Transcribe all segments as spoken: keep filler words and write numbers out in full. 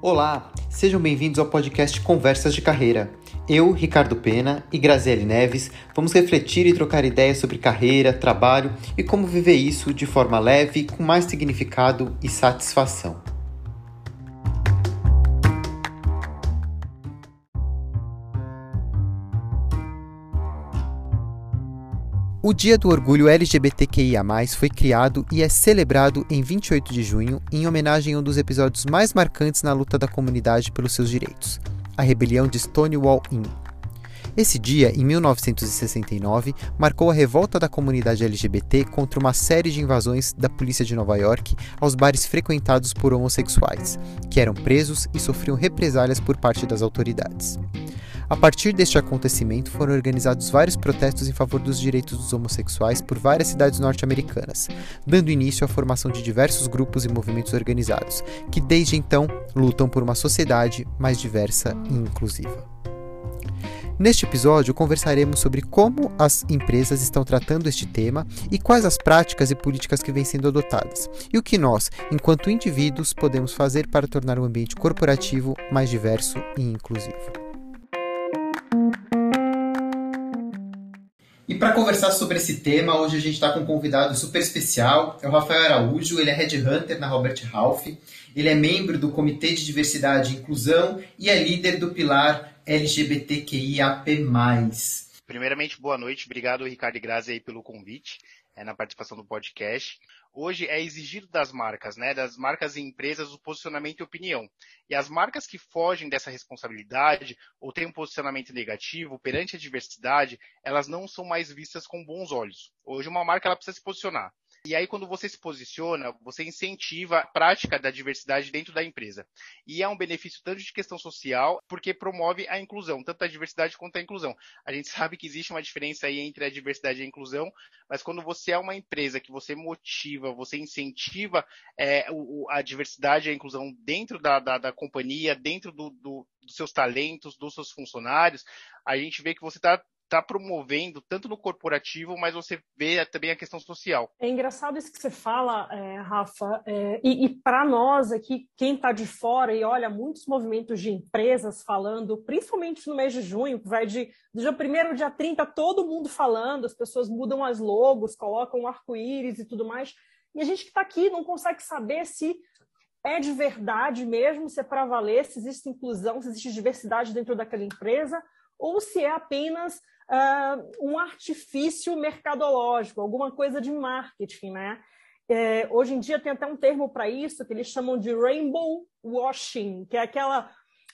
Olá, sejam bem-vindos ao podcast Conversas de Carreira. Eu, Ricardo Pena e Graziele Neves vamos refletir e trocar ideias sobre carreira, trabalho e como viver isso de forma leve, com mais significado e satisfação. O Dia do Orgulho L G B T Q I A mais, foi criado e é celebrado em vinte e oito de junho em homenagem a um dos episódios mais marcantes na luta da comunidade pelos seus direitos, a rebelião de Stonewall Inn. Esse dia, em mil novecentos e sessenta e nove, marcou a revolta da comunidade L G B T contra uma série de invasões da polícia de Nova York aos bares frequentados por homossexuais, que eram presos e sofriam represálias por parte das autoridades. A partir deste acontecimento, foram organizados vários protestos em favor dos direitos dos homossexuais por várias cidades norte-americanas, dando início à formação de diversos grupos e movimentos organizados, que desde então lutam por uma sociedade mais diversa e inclusiva. Neste episódio, conversaremos sobre como as empresas estão tratando este tema e quais as práticas e políticas que vêm sendo adotadas, e o que nós, enquanto indivíduos, podemos fazer para tornar o ambiente corporativo mais diverso e inclusivo. E para conversar sobre esse tema, hoje a gente está com um convidado super especial, é o Rafael Araújo. Ele é Headhunter na Robert Half, ele é membro do Comitê de Diversidade e Inclusão e é líder do pilar L G B T Q I A P mais. Primeiramente, boa noite, obrigado Ricardo e Grazi aí pelo convite, é, na participação do podcast. Hoje é exigido das marcas, né, das marcas e empresas, o posicionamento e opinião. E as marcas que fogem dessa responsabilidade ou têm um posicionamento negativo perante a diversidade, elas não são mais vistas com bons olhos. Hoje uma marca ela precisa se posicionar. E aí, quando você se posiciona, você incentiva a prática da diversidade dentro da empresa. E é um benefício tanto de questão social, porque promove a inclusão, tanto a diversidade quanto a inclusão. A gente sabe que existe uma diferença aí entre a diversidade e a inclusão, mas quando você é uma empresa que você motiva, você incentiva é, o, a diversidade e a inclusão dentro da, da, da companhia, dentro do, do, dos seus talentos, dos seus funcionários, a gente vê que você está está promovendo, tanto no corporativo, mas você vê também a questão social. É engraçado isso que você fala, é, Rafa, é, e, e para nós aqui, quem está de fora e olha muitos movimentos de empresas falando, principalmente no mês de junho, que vai de, do dia primeiro ao dia trinta, todo mundo falando, as pessoas mudam as logos, colocam um arco-íris e tudo mais, e a gente que está aqui não consegue saber se é de verdade mesmo, se é para valer, se existe inclusão, se existe diversidade dentro daquela empresa, ou se é apenas uh, um artifício mercadológico, alguma coisa de marketing, né? É, hoje em dia tem até um termo para isso que eles chamam de rainbow washing, que é aquela...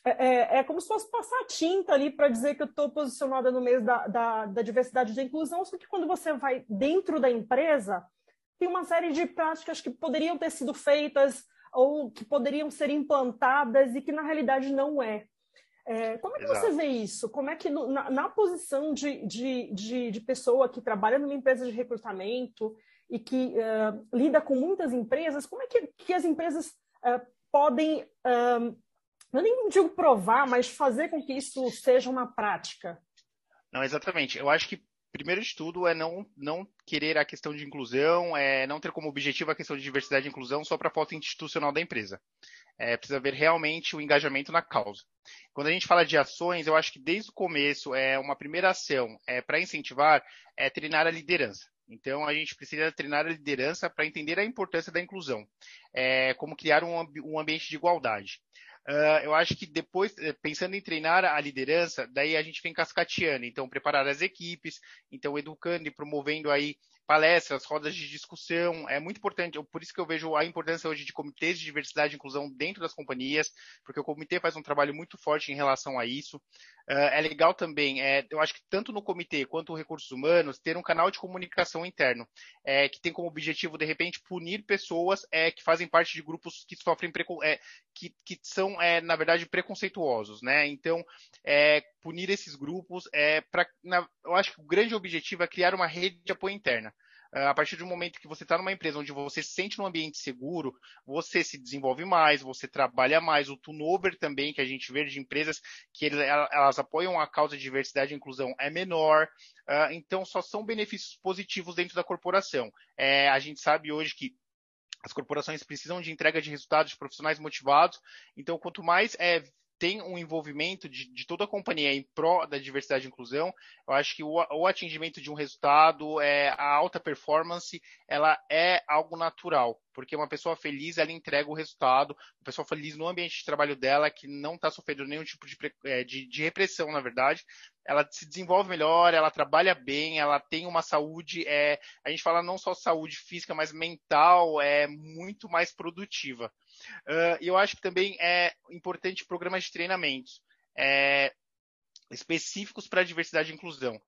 É, é como se fosse passar tinta ali para dizer que eu estou posicionada no meio da, da, da diversidade e da inclusão, só que quando você vai dentro da empresa, tem uma série de práticas que poderiam ter sido feitas ou que poderiam ser implantadas e que na realidade não é. É, como é que Exato. Você vê isso? Como é que no, na, na posição de, de, de, de pessoa que trabalha numa empresa de recrutamento e que uh, lida com muitas empresas, como é que, que as empresas uh, podem, uh, eu nem digo provar, mas fazer com que isso seja uma prática? Não, exatamente. Eu acho que primeiro de tudo é não, não querer a questão de inclusão, é não ter como objetivo a questão de diversidade e inclusão só para a foto institucional da empresa. É, precisa ver realmente o engajamento na causa. Quando a gente fala de ações, eu acho que desde o começo, é uma primeira ação é, para incentivar é treinar a liderança. Então, a gente precisa treinar a liderança para entender a importância da inclusão, é, como criar um, um ambiente de igualdade. Uh, eu acho que depois, pensando em treinar a liderança, daí a gente vem cascateando, então preparar as equipes, então educando e promovendo aí palestras, rodas de discussão, é muito importante, por isso que eu vejo a importância hoje de comitês de diversidade e inclusão dentro das companhias, porque o comitê faz um trabalho muito forte em relação a isso. Uh, é legal também, é, eu acho que tanto no comitê quanto recursos humanos, ter um canal de comunicação interno, é, que tem como objetivo, de repente, punir pessoas é, que fazem parte de grupos que sofrem preconceito, é, que, que são, é, na verdade, preconceituosos, né? Então, é, punir esses grupos, é, pra, na, eu acho que o grande objetivo é criar uma rede de apoio interna. A partir do momento que você está numa empresa onde você se sente num ambiente seguro, você se desenvolve mais, você trabalha mais, o turnover também, que a gente vê de empresas que elas apoiam a causa de diversidade e inclusão é menor, então só são benefícios positivos dentro da corporação. É, a gente sabe hoje que As corporações precisam de entrega de resultados de profissionais motivados. Então, quanto mais é, tem um envolvimento de, de toda a companhia em pró da diversidade e inclusão, eu acho que o, o atingimento de um resultado, é, a alta performance, ela é algo natural, porque uma pessoa feliz, ela entrega o resultado, uma pessoa feliz no ambiente de trabalho dela, que não está sofrendo nenhum tipo de, de, de repressão, na verdade, ela se desenvolve melhor, ela trabalha bem, ela tem uma saúde, é, a gente fala não só saúde física, mas mental, é muito mais produtiva. Uh, eu acho que também é importante programas de treinamentos é, específicos para diversidade e inclusão.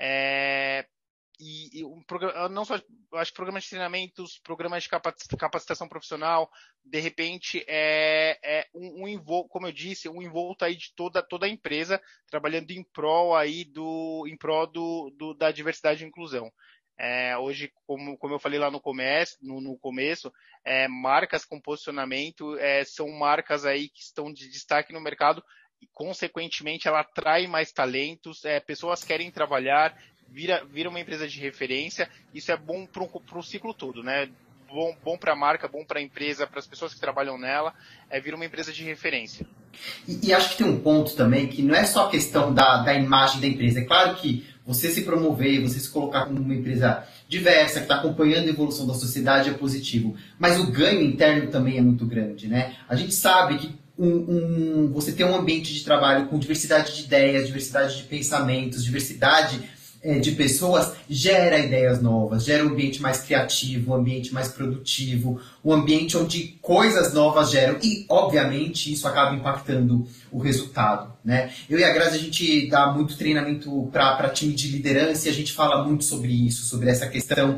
É, e, e um programa, não só, eu acho que programas de treinamentos, programas de capacitação profissional, de repente, é, é um, um envolto, como eu disse, um envolto aí de toda, toda a empresa, trabalhando em prol aí do, em prol do, do, da diversidade e inclusão. É, hoje, como, como eu falei lá no começo, no, no começo é, marcas com posicionamento é, são marcas aí que estão de destaque no mercado e, consequentemente, ela atrai mais talentos, é, pessoas querem trabalhar, vira, vira uma empresa de referência. Isso é bom para o ciclo todo, né? Bom, bom para a marca, bom para a empresa, para as pessoas que trabalham nela, é, vira uma empresa de referência. E, e acho que tem um ponto também que não é só a questão da, da imagem da empresa. É claro que você se promover, você se colocar como uma empresa diversa, que está acompanhando a evolução da sociedade é positivo. Mas o ganho interno também é muito grande, né? A gente sabe que um, um, você ter um ambiente de trabalho com diversidade de ideias, diversidade de pensamentos, diversidade é, de pessoas, gera ideias novas, gera um ambiente mais criativo, um ambiente mais produtivo, um ambiente onde coisas novas geram. E, obviamente, isso acaba impactando o resultado, né? Eu e a Grazi, a gente dá muito treinamento para time de liderança e a gente fala muito sobre isso, sobre essa questão.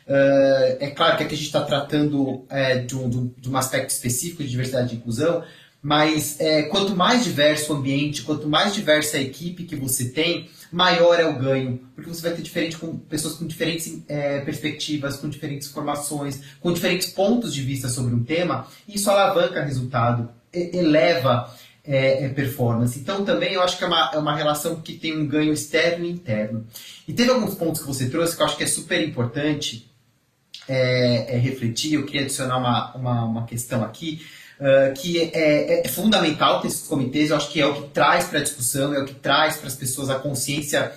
Uh, é claro que aqui a gente está tratando é, de, um, de um aspecto específico de diversidade e inclusão, mas é, quanto mais diverso o ambiente, quanto mais diversa a equipe que você tem, maior é o ganho, porque você vai ter diferente, com pessoas com diferentes é, perspectivas, com diferentes formações, com diferentes pontos de vista sobre um tema, e isso alavanca resultado, eleva É, é performance. Então também eu acho que é uma, é uma relação que tem um ganho externo e interno. E teve alguns pontos que você trouxe que eu acho que é super importante é, é refletir. Eu queria adicionar uma, uma, uma questão aqui, uh, que é, é, é fundamental ter esses comitês. Eu acho que é o que traz para a discussão, é o que traz para as pessoas a consciência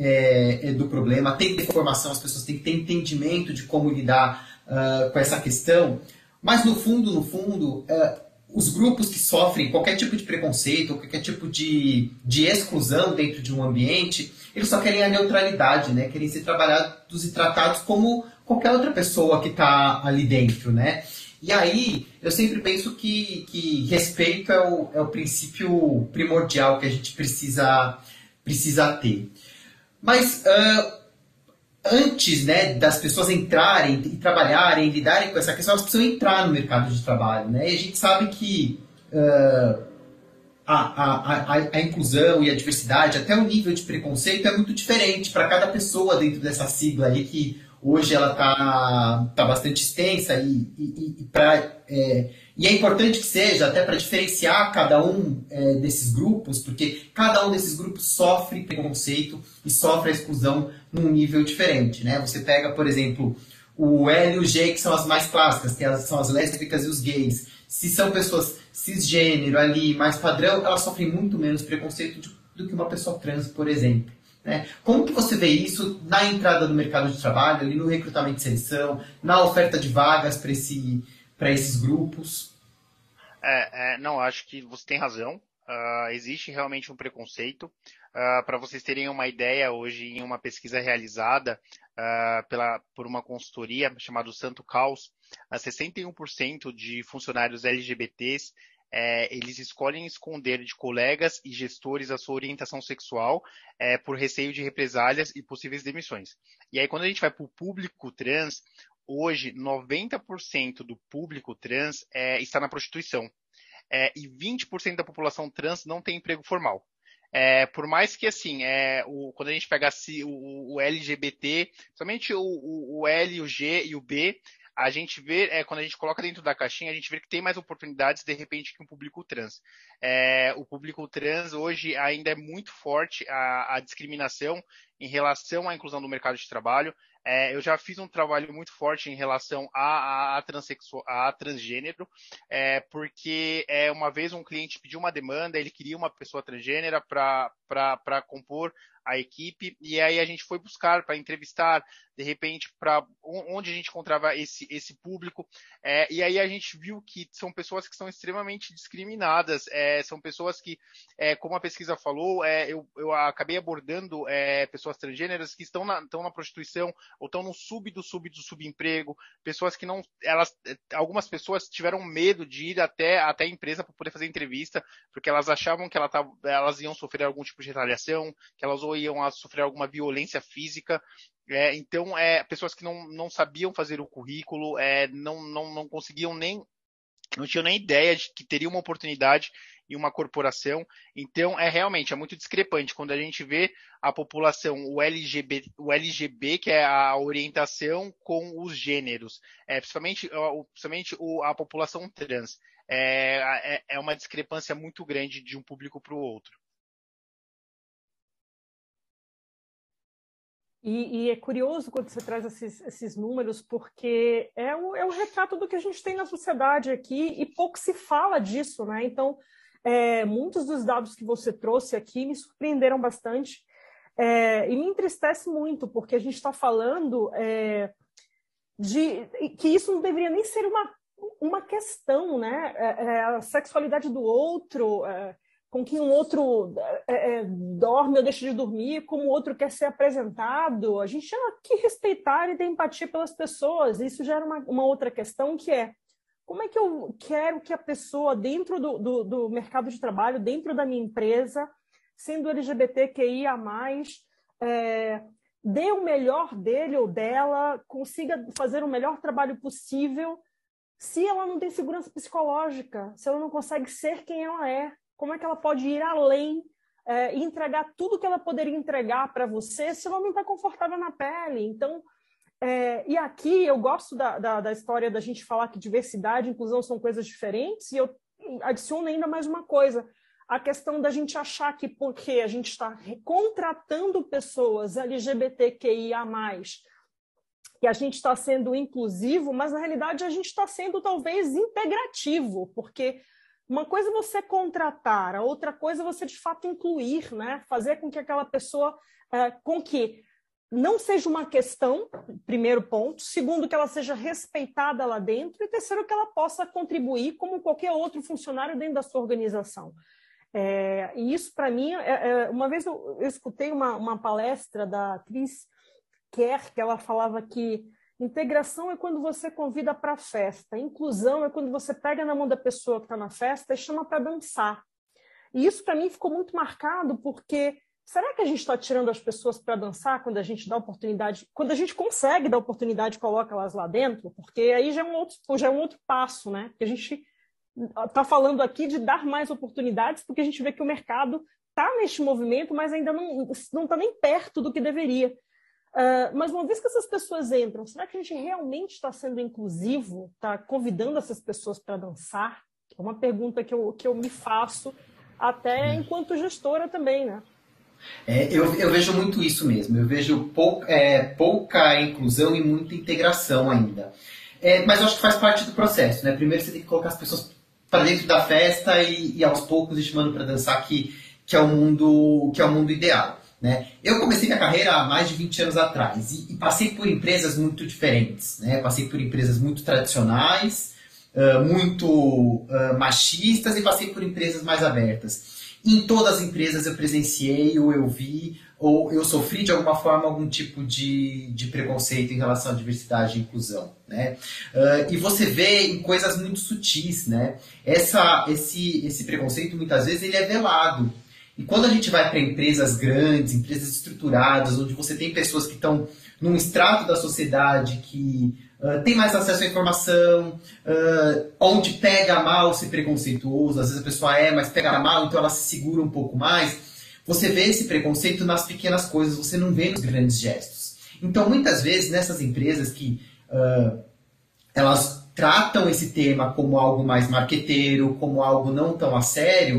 é, é do problema. Tem que ter formação, as pessoas têm que ter entendimento de como lidar uh, com essa questão. Mas no fundo, no fundo, uh, os grupos que sofrem qualquer tipo de preconceito, qualquer tipo de, de exclusão dentro de um ambiente, eles só querem a neutralidade, né? Querem ser trabalhados e tratados como qualquer outra pessoa que está ali dentro, né? E aí, eu sempre penso que, que respeito é o, é o princípio primordial que a gente precisa, precisa ter. Mas uh, antes, né, das pessoas entrarem e trabalharem, lidarem com essa questão, elas precisam entrar no mercado de trabalho, né? E a gente sabe que uh, a, a, a, a inclusão e a diversidade, até o nível de preconceito é muito diferente para cada pessoa dentro dessa sigla aí, que hoje ela está tá bastante extensa e, e, e, pra, é, e é importante que seja até para diferenciar cada um é, desses grupos, porque cada um desses grupos sofre preconceito e sofre a exclusão num nível diferente, né? Você pega, por exemplo, o L e o G, que são as mais clássicas, que elas são as lésbicas e os gays. Se são pessoas cisgênero ali, mais padrão, elas sofrem muito menos preconceito do que uma pessoa trans, por exemplo. Né? Como que você vê isso na entrada no mercado de trabalho, ali no recrutamento e seleção, na oferta de vagas para esse, para esses grupos? É, é, não, acho que você tem razão. Uh, existe realmente um preconceito. Uh, para vocês terem uma ideia, hoje em uma pesquisa realizada uh, pela, por uma consultoria chamada Santo Caos, uh, sessenta e um por cento de funcionários L G B Ts É, eles escolhem esconder de colegas e gestores a sua orientação sexual é, por receio de represálias e possíveis demissões. E aí, quando a gente vai para o público trans, hoje, noventa por cento do público trans é, está na prostituição. É, e vinte por cento da população trans não tem emprego formal. É, por mais que, assim, é, o, quando a gente pega assim, o, o L G B T, somente o, o, o L, o G e o B, a gente vê, é, quando a gente coloca dentro da caixinha, a gente vê que tem mais oportunidades, de repente, que um público trans. É, o público trans hoje ainda é muito forte a, a discriminação em relação à inclusão no mercado de trabalho. É, eu já fiz um trabalho muito forte em relação a, a, a, transexual, a transgênero, é, porque é, uma vez um cliente pediu uma demanda, ele queria uma pessoa transgênera para compor a equipe, e aí a gente foi buscar para entrevistar, de repente, para onde a gente encontrava esse, esse público, é, e aí a gente viu que são pessoas que são extremamente discriminadas, é, são pessoas que, é, como a pesquisa falou, é, eu, eu acabei abordando é, pessoas transgêneras que estão na, estão na prostituição, ou estão no sub do sub do subemprego, pessoas que não, elas, algumas pessoas tiveram medo de ir até, até a empresa para poder fazer entrevista, porque elas achavam que ela tava, elas iam sofrer algum tipo de retaliação, que elas ou iam a sofrer alguma violência física, é, então é, pessoas que não, não sabiam fazer o currículo, é, não, não, não conseguiam nem, não tinham nem ideia de que teria uma oportunidade em uma corporação, então é realmente é muito discrepante quando a gente vê a população, o L G B, o L G B, que é a orientação com os gêneros, é, principalmente, principalmente o, a população trans, é, é, é uma discrepância muito grande de um público para o outro. E, e é curioso quando você traz esses, esses números, porque é o, é o retrato do que a gente tem na sociedade aqui e pouco se fala disso, né? Então, é, muitos dos dados que você trouxe aqui me surpreenderam bastante é, e me entristece muito, porque a gente está falando é, de que isso não deveria nem ser uma, uma questão, né? É, é a sexualidade do outro... É, com quem um outro é, é, dorme ou deixa de dormir, como o outro quer ser apresentado. A gente tem que respeitar e ter empatia pelas pessoas. Isso gera uma, uma outra questão, que é como é que eu quero que a pessoa, dentro do, do, do mercado de trabalho, dentro da minha empresa, sendo L G B T Q I A mais, é, dê o melhor dele ou dela, consiga fazer o melhor trabalho possível, se ela não tem segurança psicológica, se ela não consegue ser quem ela é. Como é que ela pode ir além é, e entregar tudo que ela poderia entregar para você se ela não está confortável na pele? Então, é, e aqui eu gosto da, da, da história da gente falar que diversidade e inclusão são coisas diferentes, e eu adiciono ainda mais uma coisa, a questão da gente achar que porque a gente está contratando pessoas L G B T Q I A mais, que a gente está sendo inclusivo, mas na realidade a gente está sendo talvez integrativo, porque... Uma coisa é você contratar, a outra coisa é você, de fato, incluir, né? Fazer com que aquela pessoa, é, com que não seja uma questão, primeiro ponto, segundo, que ela seja respeitada lá dentro, e terceiro, que ela possa contribuir como qualquer outro funcionário dentro da sua organização. É, e isso, para mim, é, é, uma vez eu, eu escutei uma, uma palestra da Cris Kerr, que ela falava que integração é quando você convida para a festa. Inclusão é quando você pega na mão da pessoa que está na festa e chama para dançar. E isso, para mim, ficou muito marcado, porque será que a gente está tirando as pessoas para dançar quando a gente dá oportunidade, quando a gente consegue dar oportunidade e coloca elas lá dentro? Porque aí já é um outro, já é um outro passo, né? Porque a gente está falando aqui de dar mais oportunidades, porque a gente vê que o mercado está neste movimento, mas ainda não está nem perto do que deveria. Uh, mas uma vez que essas pessoas entram, será que a gente realmente está sendo inclusivo? Está convidando essas pessoas para dançar? É uma pergunta que eu, que eu me faço até enquanto gestora também, né? É, eu, eu vejo muito isso mesmo. Eu vejo pou, é, pouca inclusão e muita integração ainda. É, mas eu acho que faz parte do processo, né? Primeiro você tem que colocar as pessoas para dentro da festa e, e aos poucos ir chamando para dançar, que, que, é o mundo, que é o mundo ideal. Né? Eu comecei minha carreira há mais de vinte anos atrás e, e passei por empresas muito diferentes, né? Passei por empresas muito tradicionais, uh, muito uh, machistas, e passei por empresas mais abertas. E em todas as empresas eu presenciei, ou eu vi, ou eu sofri de alguma forma algum tipo de, de preconceito em relação à diversidade e inclusão. Né? Uh, e você vê em coisas muito sutis, né? Essa, esse, esse preconceito muitas vezes ele é velado. E quando a gente vai para empresas grandes, empresas estruturadas, onde você tem pessoas que estão num extrato da sociedade que uh, tem mais acesso à informação, uh, onde pega mal ser preconceituoso, às vezes a pessoa é, mas pega mal, então ela se segura um pouco mais, você vê esse preconceito nas pequenas coisas, você não vê nos grandes gestos. Então, muitas vezes, nessas empresas que uh, elas tratam esse tema como algo mais marqueteiro, como algo não tão a sério,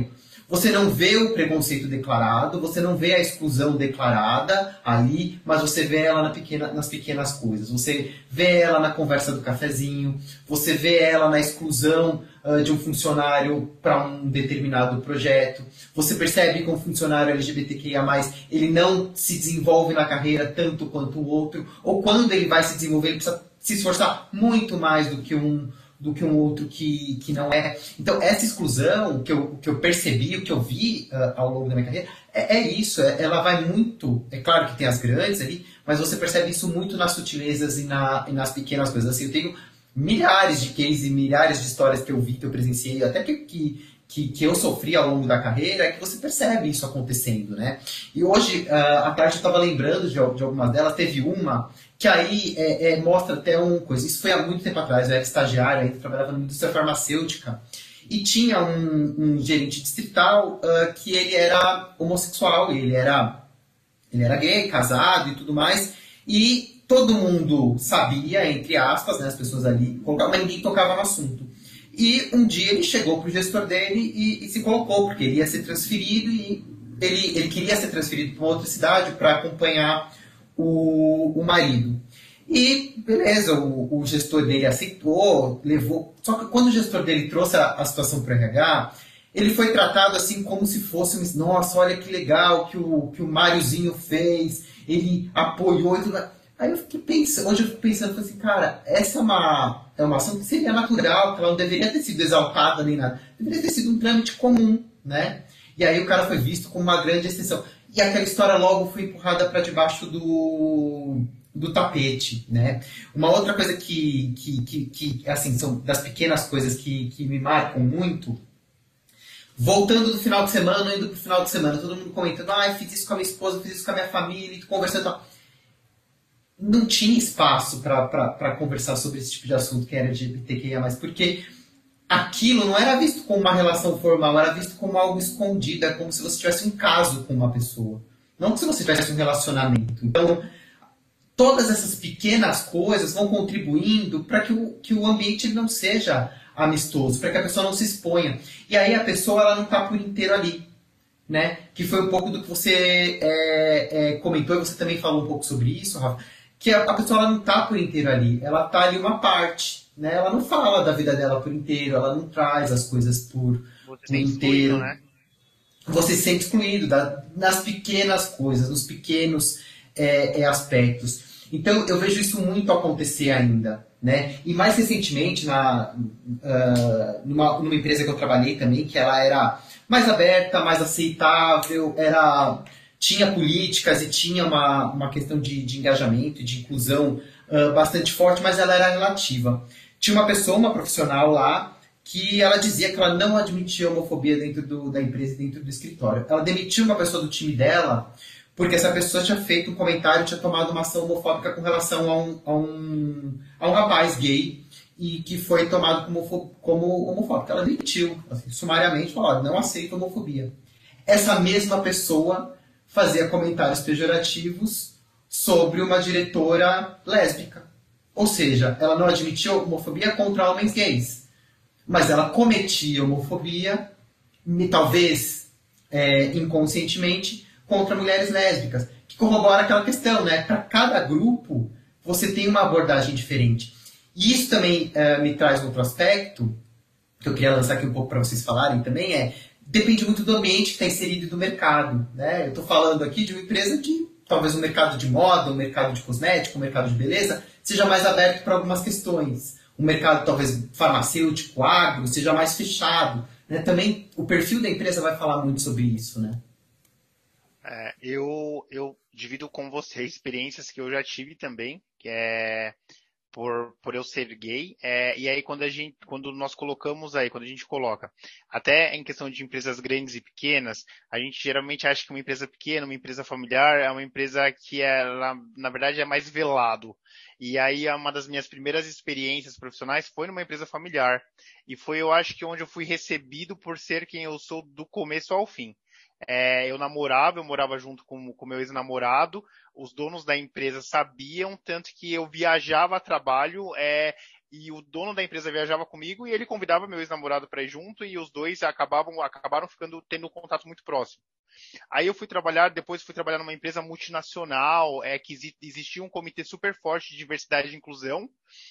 Você não vê o preconceito declarado, você não vê a exclusão declarada ali, mas você vê ela na pequena, nas pequenas coisas. Você vê ela na conversa do cafezinho, você vê ela na exclusão uh, de um funcionário para um determinado projeto. Você percebe que um funcionário L G B T Q I A mais, ele não se desenvolve na carreira tanto quanto o outro, ou quando ele vai se desenvolver, ele precisa se esforçar muito mais do que um do que um outro que, que não é. Então, essa exclusão que eu, que eu percebi, o que eu vi uh, ao longo da minha carreira, é, é isso. É, ela vai muito... É claro que tem as grandes ali, mas você percebe isso muito nas sutilezas e, na, e nas pequenas coisas. Assim, eu tenho milhares de cases e milhares de histórias que eu vi, que eu presenciei, até que, que, que, que eu sofri ao longo da carreira, é que você percebe isso acontecendo, né? E hoje, uh, a Tati estava lembrando de, de algumas delas, teve uma... que aí é, é, mostra até uma coisa. Isso foi há muito tempo atrás, eu era estagiário, ainda trabalhava na indústria farmacêutica, e tinha um, um gerente distrital uh, que ele era homossexual, ele era, ele era gay, casado e tudo mais, e todo mundo sabia, entre aspas, né, as pessoas ali, mas ninguém tocava no assunto. E um dia ele chegou para o gestor dele e, e se colocou, porque ele ia ser transferido, e ele, ele queria ser transferido para uma outra cidade para acompanhar O, o marido. E, beleza, o, o gestor dele aceitou, levou... Só que quando o gestor dele trouxe a, a situação para o R H, ele foi tratado assim como se fosse um... Nossa, olha que legal que o, que o Máriozinho fez, ele apoiou e tudo. Aí eu fiquei pensando, hoje eu fico pensando assim, cara, essa é uma, é uma ação que seria natural, que ela não deveria ter sido exaltada nem nada. Deveria ter sido um trâmite comum, né? E aí o cara foi visto como uma grande exceção. E aquela história logo foi empurrada para debaixo do, do tapete, né? Uma outra coisa que, que, que, que assim, são das pequenas coisas que, que me marcam muito, voltando do final de semana, indo pro final de semana, todo mundo comentando, ah, fiz isso com a minha esposa, fiz isso com a minha família, conversando e tal. Não tinha espaço para conversar sobre esse tipo de assunto que era L G B T Q I A mais, porque aquilo não era visto como uma relação formal, era visto como algo escondido, é como se você tivesse um caso com uma pessoa. Não que se você tivesse um relacionamento. Então, todas essas pequenas coisas vão contribuindo para que o, que o ambiente não seja amistoso, para que a pessoa não se exponha. E aí a pessoa ela não está por inteiro ali, né? Que foi um pouco do que você é, é, comentou, e você também falou um pouco sobre isso, Rafa, que a, a pessoa ela não está por inteiro ali, ela está ali uma parte. Né? Ela não fala da vida dela por inteiro, ela não traz as coisas por, por inteiro. Né? Você se sente excluído da, nas pequenas coisas, nos pequenos é, é, aspectos. Então, eu vejo isso muito acontecer ainda. Né? E mais recentemente, na, uh, numa, numa empresa que eu trabalhei também, que ela era mais aberta, mais aceitável, era, tinha políticas e tinha uma, uma questão de, de engajamento e de inclusão uh, bastante forte, mas ela era relativa. Tinha uma pessoa, uma profissional lá, que ela dizia que ela não admitia homofobia dentro do, da empresa e dentro do escritório. Ela demitiu uma pessoa do time dela porque essa pessoa tinha feito um comentário, tinha tomado uma ação homofóbica com relação a um, a um, a um rapaz gay e que foi tomado como, como homofóbico. Ela demitiu, assim, sumariamente, falou, olha, não aceito homofobia. Essa mesma pessoa fazia comentários pejorativos sobre uma diretora lésbica. Ou seja, ela não admitia homofobia contra homens gays, mas ela cometia homofobia, talvez é, inconscientemente, contra mulheres lésbicas, que corrobora aquela questão, né? Para cada grupo, você tem uma abordagem diferente. E isso também é, me traz outro aspecto, que eu queria lançar aqui um pouco para vocês falarem também, é, depende muito do ambiente que está inserido e do mercado. Né? Eu estou falando aqui de uma empresa de, talvez um mercado de moda, um mercado de cosmético, um mercado de beleza, seja mais aberto para algumas questões. O mercado, talvez, farmacêutico, agro, seja mais fechado. Né? Também o perfil da empresa vai falar muito sobre isso, né? É, eu, eu divido com você experiências que eu já tive também, que é por, por eu ser gay, é, e aí quando a gente, quando nós colocamos aí, quando a gente coloca, até em questão de empresas grandes e pequenas, a gente geralmente acha que uma empresa pequena, uma empresa familiar, é uma empresa que ela, na verdade, é mais velado. E aí uma das minhas primeiras experiências profissionais foi numa empresa familiar. E foi, eu acho que onde eu fui recebido por ser quem eu sou do começo ao fim. É, eu namorava, eu morava junto com o meu ex-namorado, os donos da empresa sabiam, tanto que eu viajava a trabalho, é, e o dono da empresa viajava comigo e ele convidava meu ex-namorado para ir junto e os dois acabavam, acabaram ficando tendo um contato muito próximo. Aí eu fui trabalhar, depois fui trabalhar numa empresa multinacional, é, que existia um comitê super forte de diversidade e inclusão,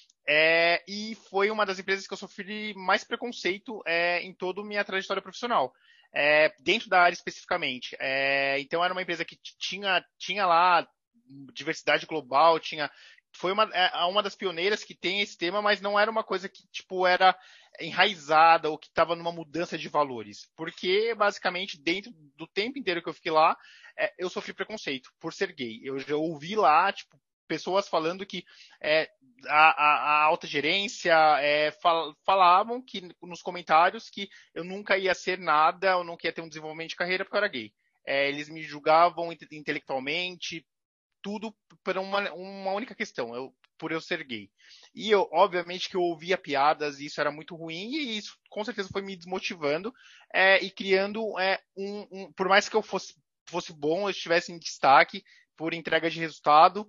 é, e foi uma das empresas que eu sofri mais preconceito é, em toda a minha trajetória profissional. É, dentro da área especificamente. É, então era uma empresa que tinha, tinha lá diversidade global, tinha foi uma, é, uma das pioneiras que tem esse tema, mas não era uma coisa que tipo era enraizada ou que estava numa mudança de valores, porque basicamente dentro do tempo inteiro que eu fiquei lá, é, eu sofri preconceito por ser gay. Eu já ouvi lá tipo pessoas falando que é, a, a, a alta gerência é, fal, falavam que nos comentários que eu nunca ia ser nada, eu nunca ia ter um desenvolvimento de carreira porque eu era gay. É, eles me julgavam intelectualmente, tudo por uma, uma única questão, eu, por eu ser gay. E eu, obviamente, que eu ouvia piadas e isso era muito ruim e isso com certeza foi me desmotivando é, e criando é, um, um, por mais que eu fosse, fosse bom, eu estivesse em destaque por entrega de resultado,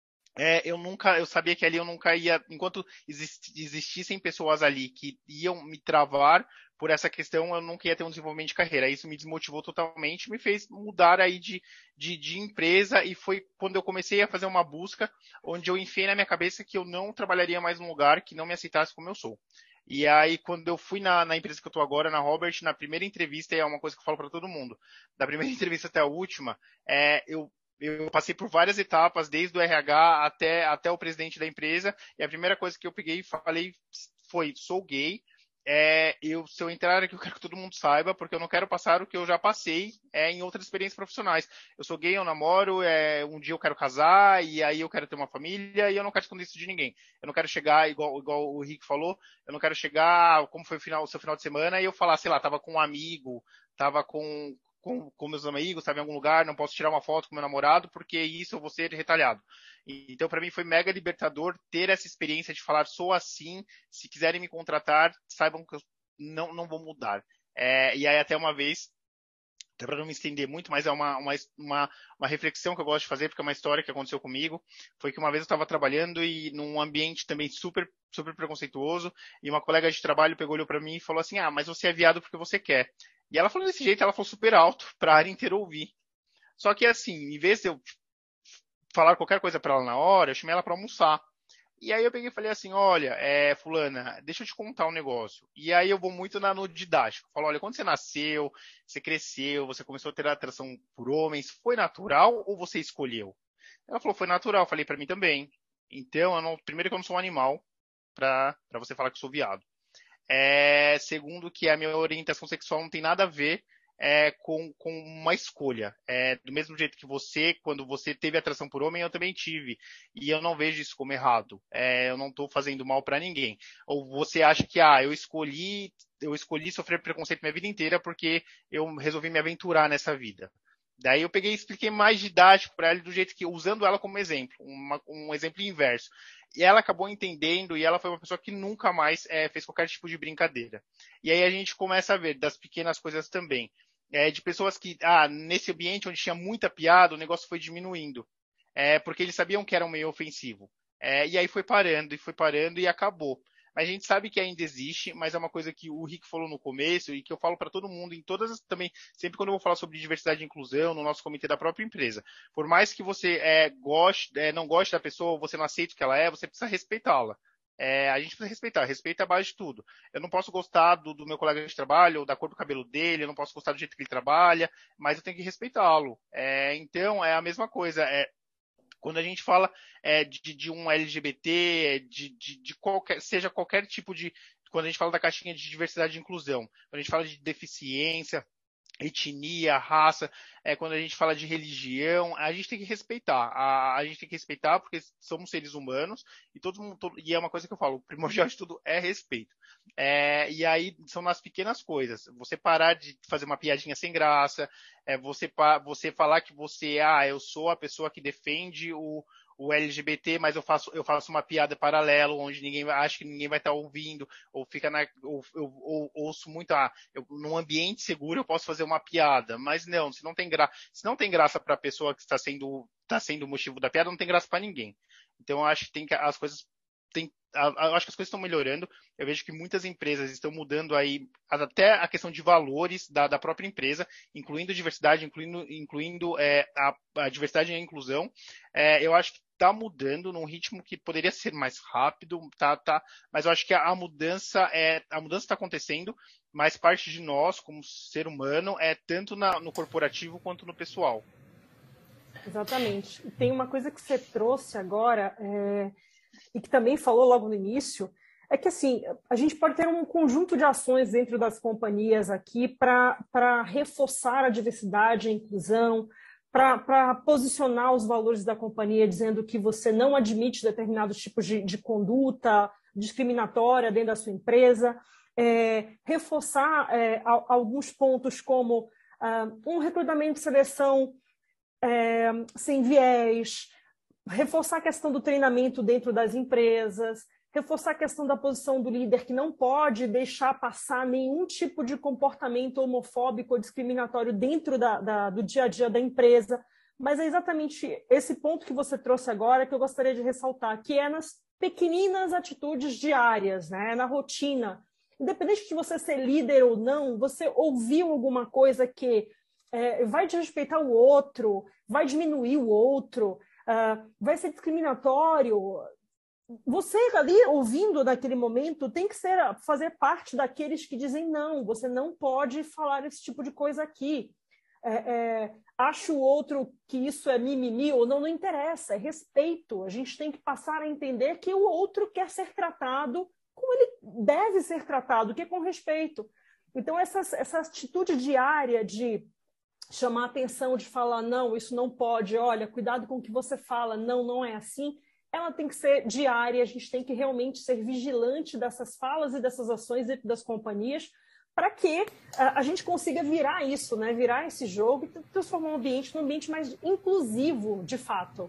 é, eu nunca, eu sabia que ali eu nunca ia, enquanto exist, existissem pessoas ali que iam me travar por essa questão, eu nunca ia ter um desenvolvimento de carreira. Isso me desmotivou totalmente, me fez mudar aí de, de, de empresa e foi quando eu comecei a fazer uma busca onde eu enfiei na minha cabeça que eu não trabalharia mais num lugar que não me aceitasse como eu sou. E aí, quando eu fui na, na empresa que eu estou agora, na Robert, na primeira entrevista, e é uma coisa que eu falo para todo mundo, da primeira entrevista até a última, é, eu Eu passei por várias etapas, desde o R H até, até o presidente da empresa, e a primeira coisa que eu peguei e falei foi, sou gay, é, eu, se eu entrar aqui, eu quero que todo mundo saiba, porque eu não quero passar o que eu já passei é, em outras experiências profissionais. Eu sou gay, eu namoro, é, um dia eu quero casar, e aí eu quero ter uma família, e eu não quero esconder isso de ninguém. Eu não quero chegar, igual, igual o Rick falou, eu não quero chegar, como foi o, final, o seu final de semana, e eu falar, sei lá, tava com um amigo, tava com Com, com meus amigos, estava em algum lugar, não posso tirar uma foto com meu namorado, porque isso eu vou ser retalhado. Então, para mim, foi mega libertador ter essa experiência de falar, sou assim, se quiserem me contratar, saibam que eu não, não vou mudar. É, e aí, até uma vez, até para não me estender muito, mas é uma, uma, uma, uma reflexão que eu gosto de fazer, porque é uma história que aconteceu comigo, foi que uma vez eu estava trabalhando e num ambiente também super, super preconceituoso, e uma colega de trabalho pegou, olhou para mim e falou assim, ah, mas você é viado porque você quer. E ela falou desse jeito, ela falou super alto para a área inteira ouvir. Só que assim, em vez de eu falar qualquer coisa para ela na hora, eu chamei ela para almoçar. E aí eu peguei e falei assim, olha, é, fulana, deixa eu te contar um negócio. E aí eu vou muito na, no didático. Eu falo, olha, quando você nasceu, você cresceu, você começou a ter atração por homens, foi natural ou você escolheu? Ela falou, foi natural. Eu falei, para mim também. Então, eu não, primeiro que eu não sou um animal para você falar que eu sou viado. É, segundo, que a minha orientação sexual não tem nada a ver é, com, com uma escolha. É, do mesmo jeito que você, quando você teve atração por homem, eu também tive. E eu não vejo isso como errado. É, eu não estou fazendo mal para ninguém. Ou você acha que, ah, eu escolhi, eu escolhi sofrer preconceito minha vida inteira porque eu resolvi me aventurar nessa vida. Daí eu peguei e expliquei mais didático para ela do jeito que, usando ela como exemplo, uma, um exemplo inverso. E ela acabou entendendo e ela foi uma pessoa que nunca mais é, fez qualquer tipo de brincadeira. E aí a gente começa a ver das pequenas coisas também. É, de pessoas que, ah, nesse ambiente onde tinha muita piada, o negócio foi diminuindo. É, porque eles sabiam que era um meio ofensivo. É, e aí foi parando, e foi parando e acabou. Mas a gente sabe que ainda existe, mas é uma coisa que o Rick falou no começo e que eu falo para todo mundo em todas as, também, sempre quando eu vou falar sobre diversidade e inclusão no nosso comitê da própria empresa. Por mais que você é, goste, é, não goste da pessoa, você não aceita o que ela é, você precisa respeitá-la. É, a gente precisa respeitar, respeito é a base de tudo. Eu não posso gostar do, do meu colega de trabalho, ou da cor do cabelo dele, eu não posso gostar do jeito que ele trabalha, mas eu tenho que respeitá-lo. É, então, é a mesma coisa. É, quando a gente fala é, de, de um L G B T, de, de, de qualquer, seja qualquer tipo de. Quando a gente fala da caixinha de diversidade e inclusão, quando a gente fala de deficiência, etnia, raça, é, quando a gente fala de religião, a gente tem que respeitar. A, a gente tem que respeitar porque somos seres humanos e todo mundo. Todo, e é uma coisa que eu falo: o primordial de tudo é respeito. É, e aí são nas pequenas coisas. Você parar de fazer uma piadinha sem graça, é, você, você falar que você, ah, eu sou a pessoa que defende o. o L G B T, mas eu faço, eu faço uma piada paralelo, onde ninguém acha que ninguém vai estar ouvindo, ou fica na. Ou, eu, ou, ouço muito, ah, eu, num ambiente seguro eu posso fazer uma piada. Mas não, se não tem, gra, se não tem graça para a pessoa que está sendo, tá sendo o motivo da piada, não tem graça para ninguém. Então eu acho que tem que as coisas. Tem, eu acho que as coisas estão melhorando. Eu vejo que muitas empresas estão mudando aí até a questão de valores da, da própria empresa, incluindo diversidade, incluindo, incluindo é, a, a diversidade e a inclusão. É, eu acho que está mudando num ritmo que poderia ser mais rápido, tá, tá, mas eu acho que a, a mudança é a mudança está acontecendo, mas parte de nós, como ser humano, é tanto na, no corporativo quanto no pessoal. Exatamente. E tem uma coisa que você trouxe agora, é... e que também falou logo no início, é que assim, a gente pode ter um conjunto de ações dentro das companhias aqui para reforçar a diversidade e a inclusão, para posicionar os valores da companhia, dizendo que você não admite determinados tipos de, de conduta discriminatória dentro da sua empresa, é, reforçar é, alguns pontos como uh, um recrutamento e seleção é, sem viés, reforçar a questão do treinamento dentro das empresas, reforçar a questão da posição do líder, que não pode deixar passar nenhum tipo de comportamento homofóbico ou discriminatório dentro da, da, do dia a dia da empresa. Mas é exatamente esse ponto que você trouxe agora que eu gostaria de ressaltar, que é nas pequeninas atitudes diárias, né? Na rotina. Independente de você ser líder ou não, você ouviu alguma coisa que é, vai desrespeitar o outro, vai diminuir o outro, Uh, vai ser discriminatório. Você ali ouvindo naquele momento tem que ser, fazer parte daqueles que dizem não, você não pode falar esse tipo de coisa aqui. É, é, acha o outro que isso é mimimi ou não, não interessa, é respeito. A gente tem que passar a entender que o outro quer ser tratado como ele deve ser tratado, que é com respeito. Então essa, essa atitude diária de chamar atenção, de falar, não, isso não pode, olha, cuidado com o que você fala, não, não é assim, ela tem que ser diária, a gente tem que realmente ser vigilante dessas falas e dessas ações dentro das companhias, para que a, a gente consiga virar isso, né? Virar esse jogo e transformar o ambiente num ambiente mais inclusivo, de fato.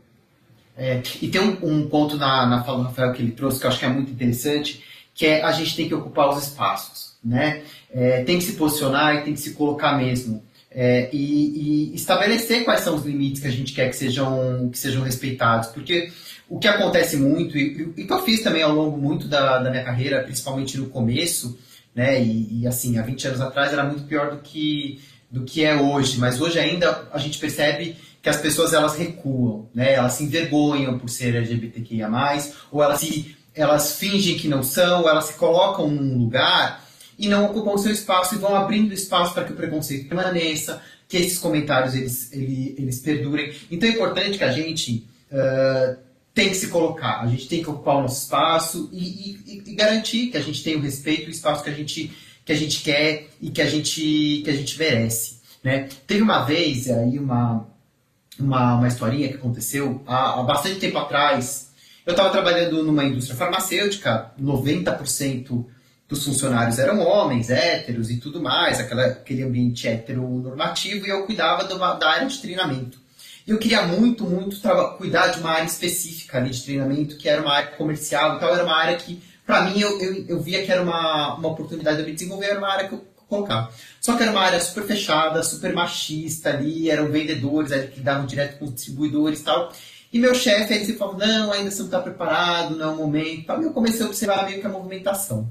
É, e tem um, um ponto na, na fala do Rafael que ele trouxe, que eu acho que é muito interessante, que é a gente tem que ocupar os espaços, né? É, tem que se posicionar e tem que se colocar mesmo. É, e, e estabelecer quais são os limites que a gente quer que sejam, que sejam respeitados. Porque o que acontece muito, e, e que eu fiz também ao longo muito da, da minha carreira, principalmente no começo, né, e, e assim, há vinte anos atrás era muito pior do que, do que é hoje, mas hoje ainda a gente percebe que as pessoas elas recuam, né, elas se envergonham por ser L G B T Q I A mais, ou elas, se, elas fingem que não são, ou elas se colocam num lugar e não ocupam o seu espaço e vão abrindo espaço para que o preconceito permaneça, que esses comentários eles, eles, eles perdurem. Então é importante que a gente uh, tem que se colocar, a gente tem que ocupar o nosso espaço e, e, e garantir que a gente tem o respeito, o espaço que a gente, que a gente quer e que a gente, que a gente merece. Né? Teve uma vez aí uma, uma, uma historinha que aconteceu há, há bastante tempo atrás. Eu estava trabalhando numa indústria farmacêutica, noventa por cento dos funcionários eram homens, héteros e tudo mais, aquela, aquele ambiente heteronormativo, e eu cuidava do, da área de treinamento. E eu queria muito, muito cuidar de uma área específica ali de treinamento, que era uma área comercial e tal, era uma área que, para mim, eu, eu, eu via que era uma, uma oportunidade de eu me desenvolver, era uma área que eu colocava. Só que era uma área super fechada, super machista ali, eram vendedores ali que davam direto com os distribuidores e tal. E meu chefe aí sempre falou, não, ainda você não está preparado, não é o momento. E eu comecei a observar meio que a movimentação.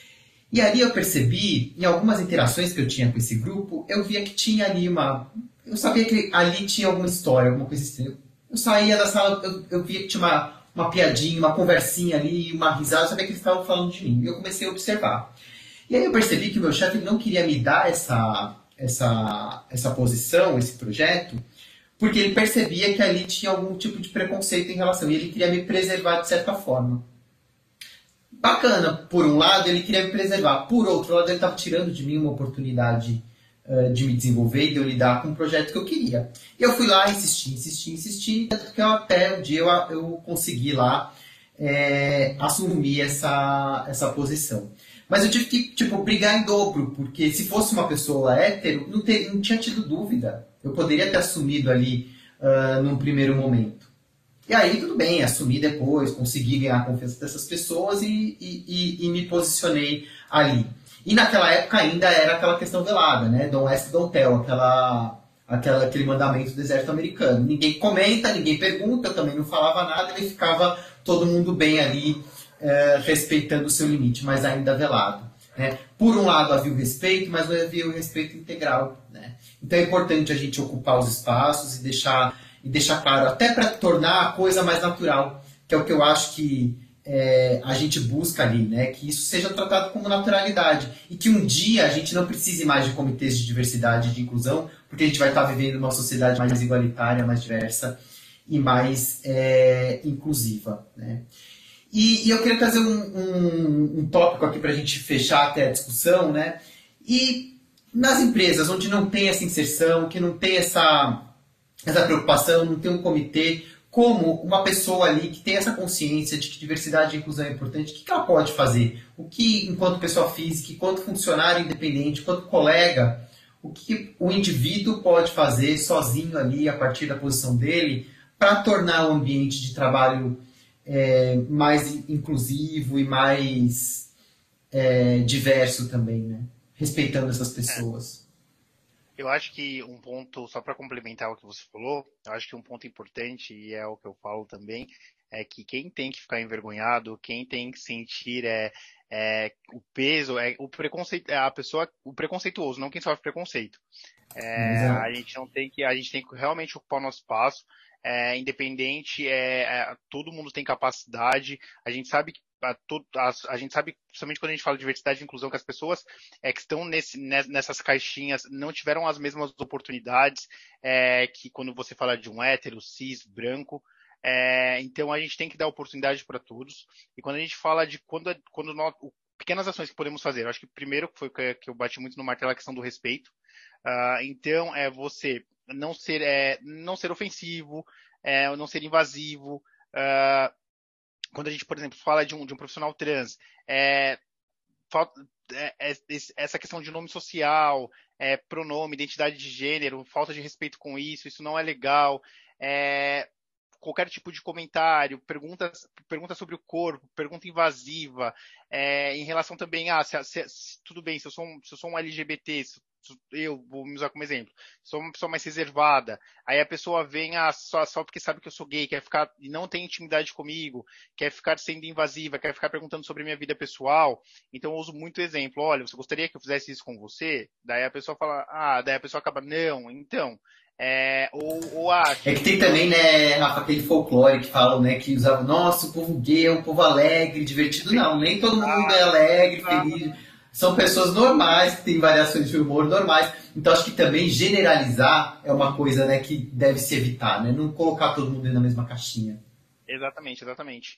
E ali eu percebi, em algumas interações que eu tinha com esse grupo, eu via que tinha ali uma... Eu sabia que ali tinha alguma história, alguma coisa estranha. Eu saía da sala, eu, eu via que tinha uma, uma piadinha, uma conversinha ali, uma risada, eu sabia que eles estavam falando de mim. E eu comecei a observar. E aí eu percebi que o meu chefe não queria me dar essa, essa, essa posição, esse projeto, porque ele percebia que ali tinha algum tipo de preconceito em relação, e ele queria me preservar de certa forma. Bacana, por um lado ele queria me preservar, por outro lado ele estava tirando de mim uma oportunidade uh, de me desenvolver e de eu lidar com um projeto que eu queria. E eu fui lá, insisti, insisti, insisti, até um dia eu, eu consegui lá é, assumir essa, essa posição. Mas eu tive que tipo, brigar em dobro, porque se fosse uma pessoa hétero, não, ter, não tinha tido dúvida. Eu poderia ter assumido ali uh, num primeiro momento. E aí, tudo bem, assumi depois, consegui ganhar a confiança dessas pessoas e, e, e, e me posicionei ali. E naquela época ainda era aquela questão velada, né? Don't ask, don't tell, aquela, aquela, aquele mandamento do exército americano. Ninguém comenta, ninguém pergunta, eu também não falava nada, e ficava todo mundo bem ali, é, respeitando o seu limite, mas ainda velado. Né? Por um lado havia o respeito, mas não havia o respeito integral. Né? Então é importante a gente ocupar os espaços e deixar, e deixar claro, até para tornar a coisa mais natural, que é o que eu acho que é, a gente busca ali, né? Que isso seja tratado como naturalidade e que um dia a gente não precise mais de comitês de diversidade e de inclusão, porque a gente vai estar vivendo uma sociedade mais igualitária, mais diversa e mais é, inclusiva. Né? E, e eu queria trazer um, um, um tópico aqui para a gente fechar até a discussão, né? E nas empresas onde não tem essa inserção, que não tem essa, essa preocupação, não tem um comitê, como uma pessoa ali que tem essa consciência de que diversidade e inclusão é importante, o que ela pode fazer? O que, enquanto pessoa física, enquanto funcionário independente, enquanto colega, o que o indivíduo pode fazer sozinho ali, a partir da posição dele, para tornar o ambiente de trabalho é, mais inclusivo e mais é, diverso também, né? Respeitando essas pessoas. Eu acho que um ponto, só para complementar o que você falou, eu acho que um ponto importante, e é o que eu falo também, é que quem tem que ficar envergonhado, quem tem que sentir é, é o peso, é o preconceito, é a pessoa, o preconceituoso, não quem sofre preconceito. É, a gente não tem que, a gente tem que realmente ocupar o nosso espaço, é, independente, é, é, todo mundo tem capacidade, a gente sabe que A, todo, a, a gente sabe, principalmente quando a gente fala de diversidade e inclusão, que as pessoas é, que estão nesse, nessas caixinhas não tiveram as mesmas oportunidades é, que quando você fala de um hétero, cis, branco. É, então a gente tem que dar oportunidade para todos. E quando a gente fala de quando, quando nós, pequenas ações que podemos fazer, eu acho que primeiro foi que, que eu bati muito no martelo a questão do respeito. Uh, então é você não ser, é, não ser ofensivo, é, não ser invasivo. Uh, Quando a gente, por exemplo, fala de um, de um profissional trans, é, falta, é, é, essa questão de nome social, é, pronome, identidade de gênero, falta de respeito com isso, isso não é legal. É, qualquer tipo de comentário, perguntas, pergunta sobre o corpo, pergunta invasiva, é, em relação também a, se, se, se, tudo bem, se eu sou um, se eu sou um L G B T, se, eu vou me usar como exemplo, sou uma pessoa mais reservada, aí a pessoa vem ah, só, só porque sabe que eu sou gay, quer ficar e não tem intimidade comigo, quer ficar sendo invasiva, quer ficar perguntando sobre a minha vida pessoal, então eu uso muito exemplo, olha, você gostaria que eu fizesse isso com você? Daí a pessoa fala, ah, daí a pessoa acaba, não, então, é, ou, ou acho... É que tem também, né, Rafa, aquele folclore que falam, né, que usava, nossa, o povo gay é um povo alegre, divertido, não, nem todo mundo é alegre, feliz... São pessoas normais, que têm variações de humor normais. Então, acho que também generalizar é uma coisa, né, que deve se evitar, né? Não colocar todo mundo na mesma caixinha. Exatamente, exatamente.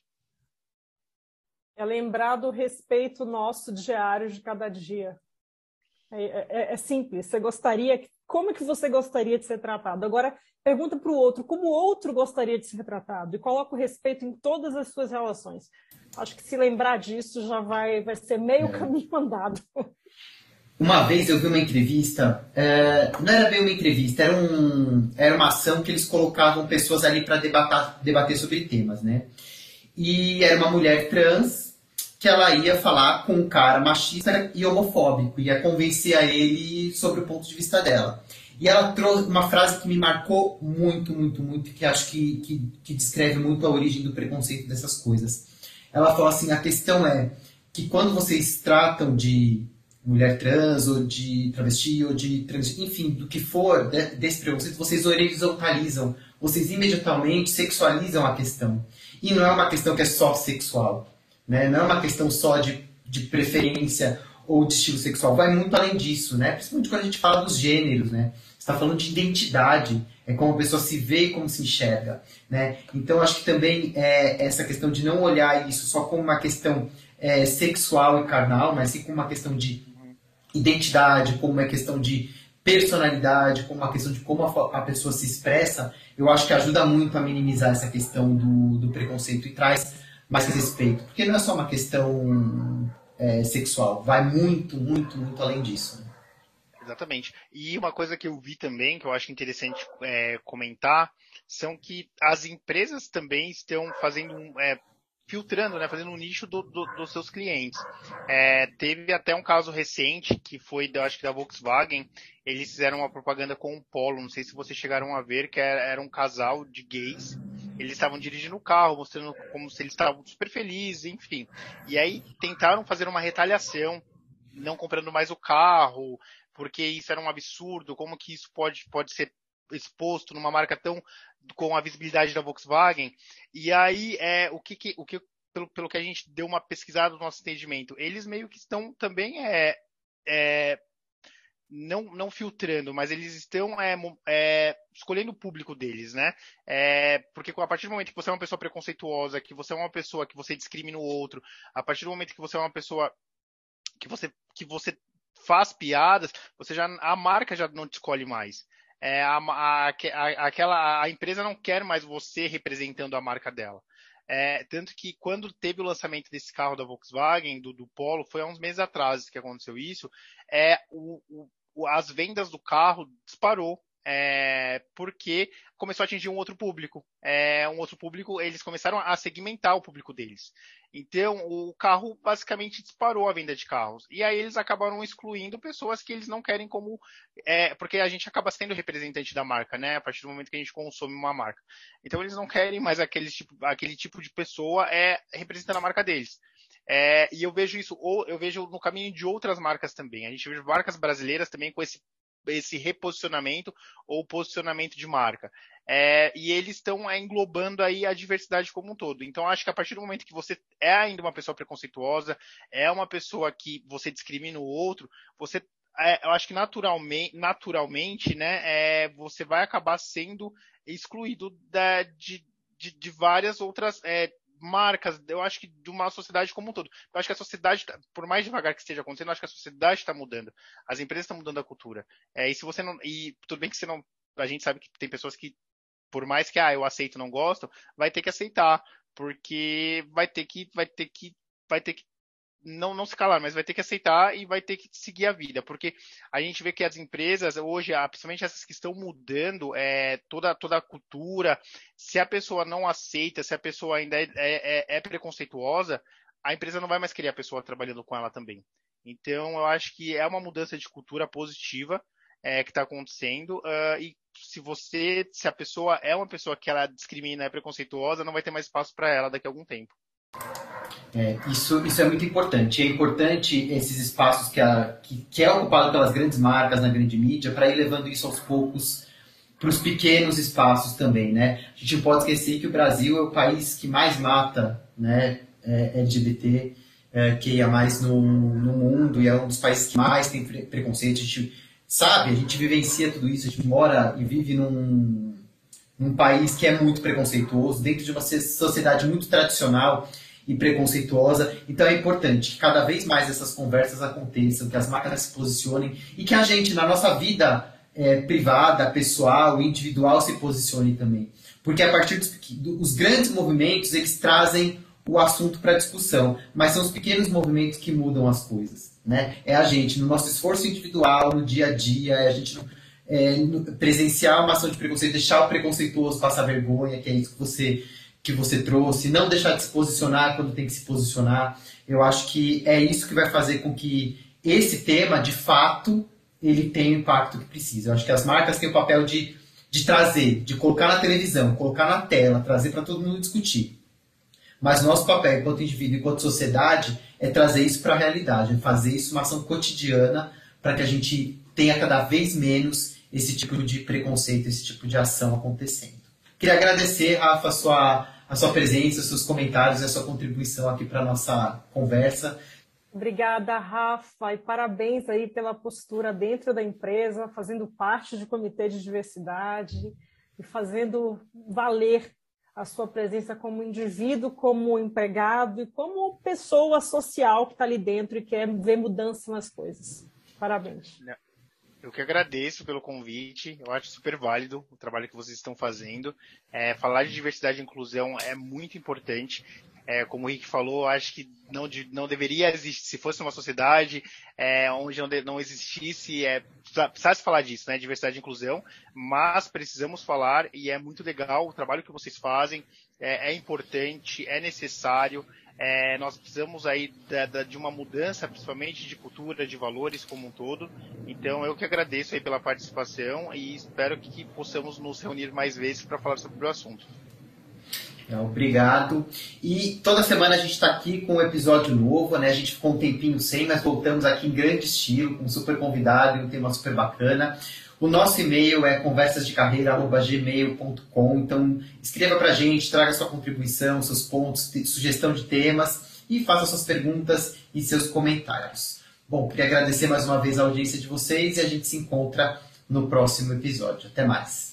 É lembrar do respeito nosso diário de cada dia. É, é, é simples. Você gostaria... Como que você gostaria de ser tratado? Agora, pergunta para o outro como o outro gostaria de ser tratado. E coloca o respeito em todas as suas relações. Acho que se lembrar disso já vai, vai ser meio é. caminho andado. Uma vez eu vi uma entrevista, é, não era bem uma entrevista, era, um, era uma ação que eles colocavam pessoas ali para debater, debater sobre temas, né? E era uma mulher trans que ela ia falar com um cara machista e homofóbico, ia convencer a ele sobre o ponto de vista dela. E ela trouxe uma frase que me marcou muito, muito, muito, que acho que, que, que descreve muito a origem do preconceito dessas coisas. Ela falou assim, a questão é que quando vocês tratam de mulher trans, ou de travesti, ou de trans, enfim, do que for desse preconceito, vocês horizontalizam, vocês imediatamente sexualizam a questão. E não é uma questão que é só sexual, né? Não é uma questão só de, de preferência ou de estilo sexual, vai muito além disso, né? Principalmente quando a gente fala dos gêneros, né? Você está falando de identidade, é como a pessoa se vê e como se enxerga, né? Então, acho que também é essa questão de não olhar isso só como uma questão é, sexual e carnal, mas sim como uma questão de identidade, como uma questão de personalidade, como uma questão de como a, a pessoa se expressa, eu acho que ajuda muito a minimizar essa questão do, do preconceito e traz mais respeito. Porque não é só uma questão é, sexual, vai muito, muito, muito além disso, né? Exatamente. E uma coisa que eu vi também, que eu acho interessante é, comentar, são que as empresas também estão fazendo um, é, filtrando, né, fazendo um nicho do, do, dos seus clientes. É, teve até um caso recente, que foi, da, acho que da Volkswagen, eles fizeram uma propaganda com o Polo, não sei se vocês chegaram a ver, que era, era um casal de gays, eles estavam dirigindo o carro, mostrando como se eles estavam super felizes, enfim. E aí tentaram fazer uma retaliação, não comprando mais o carro, porque isso era um absurdo, como que isso pode, pode ser exposto numa marca tão com a visibilidade da Volkswagen. E aí é o que, que o que pelo, pelo que a gente deu uma pesquisada no nosso entendimento, eles meio que estão também é, é não, não filtrando, mas eles estão é, é, escolhendo o público deles, né? É, porque a partir do momento que você é uma pessoa preconceituosa, que você é uma pessoa que você discrimina o outro, a partir do momento que você é uma pessoa que você que você faz piadas, você já a marca já não te escolhe mais. É, a, a, a, aquela, a empresa não quer mais você representando a marca dela. É, tanto que quando teve o lançamento desse carro da Volkswagen, do, do Polo, foi há uns meses atrás que aconteceu isso, é, o, o, as vendas do carro disparou. É, porque começou a atingir um outro público. É, um outro público, eles começaram a segmentar o público deles. Então, o carro basicamente disparou a venda de carros. E aí eles acabaram excluindo pessoas que eles não querem como... É, porque a gente acaba sendo representante da marca, né? A partir do momento que a gente consome uma marca. Então, eles não querem mais aquele tipo, aquele tipo de pessoa é, representando a marca deles. É, e eu vejo isso, ou eu vejo no caminho de outras marcas também. A gente vê marcas brasileiras também com esse esse reposicionamento ou posicionamento de marca. É, e eles estão é, englobando aí a diversidade como um todo. Então, acho que a partir do momento que você é ainda uma pessoa preconceituosa, é uma pessoa que você discrimina o outro, você, é, eu acho que naturalmente, naturalmente né, é, você vai acabar sendo excluído da, de, de, de várias outras é, marcas, eu acho que de uma sociedade como um todo. Eu acho que a sociedade, por mais devagar que esteja acontecendo, eu acho que a sociedade está mudando. As empresas estão mudando a cultura. É, e se você não, e tudo bem que você não, a gente sabe que tem pessoas que, por mais que ah, eu aceito, não gosto, vai ter que aceitar, porque vai ter que, vai ter que, vai ter que não, não se calar, mas vai ter que aceitar e vai ter que seguir a vida, porque a gente vê que as empresas hoje, principalmente essas que estão mudando é, toda, toda a cultura, se a pessoa não aceita, se a pessoa ainda é, é, é preconceituosa, a empresa não vai mais querer a pessoa trabalhando com ela também. Então, eu acho que é uma mudança de cultura positiva é, que está acontecendo uh, e se você, se a pessoa é uma pessoa que ela discrimina, é preconceituosa, não vai ter mais espaço para ela daqui a algum tempo. É, isso, isso é muito importante. É importante esses espaços que, a, que, que é ocupado pelas grandes marcas na grande mídia para ir levando isso aos poucos para os pequenos espaços também, né? A gente não pode esquecer que o Brasil é o país que mais mata, né, é, L G B T é, que ia mais no, no mundo e é um dos países que mais tem pre- preconceito. A gente sabe, a gente vivencia tudo isso, a gente mora e vive num, num país que é muito preconceituoso, dentro de uma sociedade muito tradicional e preconceituosa. Então é importante que cada vez mais essas conversas aconteçam, que as marcas se posicionem e que a gente, na nossa vida é, privada, pessoal, individual, se posicione também. Porque a partir dos, dos grandes movimentos, eles trazem o assunto para discussão, mas são os pequenos movimentos que mudam as coisas, né? É a gente, no nosso esforço individual, no dia a dia, é a gente é, presenciar uma ação de preconceito, deixar o preconceituoso passar vergonha, que é isso que você... que você trouxe, não deixar de se posicionar quando tem que se posicionar. Eu acho que é isso que vai fazer com que esse tema, de fato, ele tenha o impacto que precisa. Eu acho que as marcas têm o papel de, de trazer, de colocar na televisão, colocar na tela, trazer para todo mundo discutir. Mas nosso papel, enquanto indivíduo, enquanto sociedade, é trazer isso para a realidade, é fazer isso uma ação cotidiana para que a gente tenha cada vez menos esse tipo de preconceito, esse tipo de ação acontecendo. Queria agradecer, Rafa, a sua, a sua presença, os seus comentários e a sua contribuição aqui para a nossa conversa. Obrigada, Rafa, e parabéns aí pela postura dentro da empresa, fazendo parte do comitê de diversidade e fazendo valer a sua presença como indivíduo, como empregado e como pessoa social que está ali dentro e quer ver mudança nas coisas. Parabéns. Eu que agradeço pelo convite, eu acho super válido o trabalho que vocês estão fazendo. É, falar de diversidade e inclusão é muito importante. É, como o Rick falou, acho que não, de, não deveria existir, se fosse uma sociedade é, onde não, de, não existisse, é, precisa se falar disso, né, diversidade e inclusão, mas precisamos falar e é muito legal o trabalho que vocês fazem, é, é importante, é necessário, é, nós precisamos aí da, da, de uma mudança, principalmente de cultura, de valores como um todo. Então eu que agradeço aí pela participação e espero que, que possamos nos reunir mais vezes para falar sobre o assunto. Obrigado. E toda semana a gente está aqui com um episódio novo, né? A gente ficou um tempinho sem, mas voltamos aqui em grande estilo, com um super convidado e um tema super bacana. O nosso e-mail é conversas de carreira arroba gmail ponto com, então escreva para a gente, traga sua contribuição, seus pontos, sugestão de temas e faça suas perguntas e seus comentários. Bom, queria agradecer mais uma vez a audiência de vocês e a gente se encontra no próximo episódio. Até mais.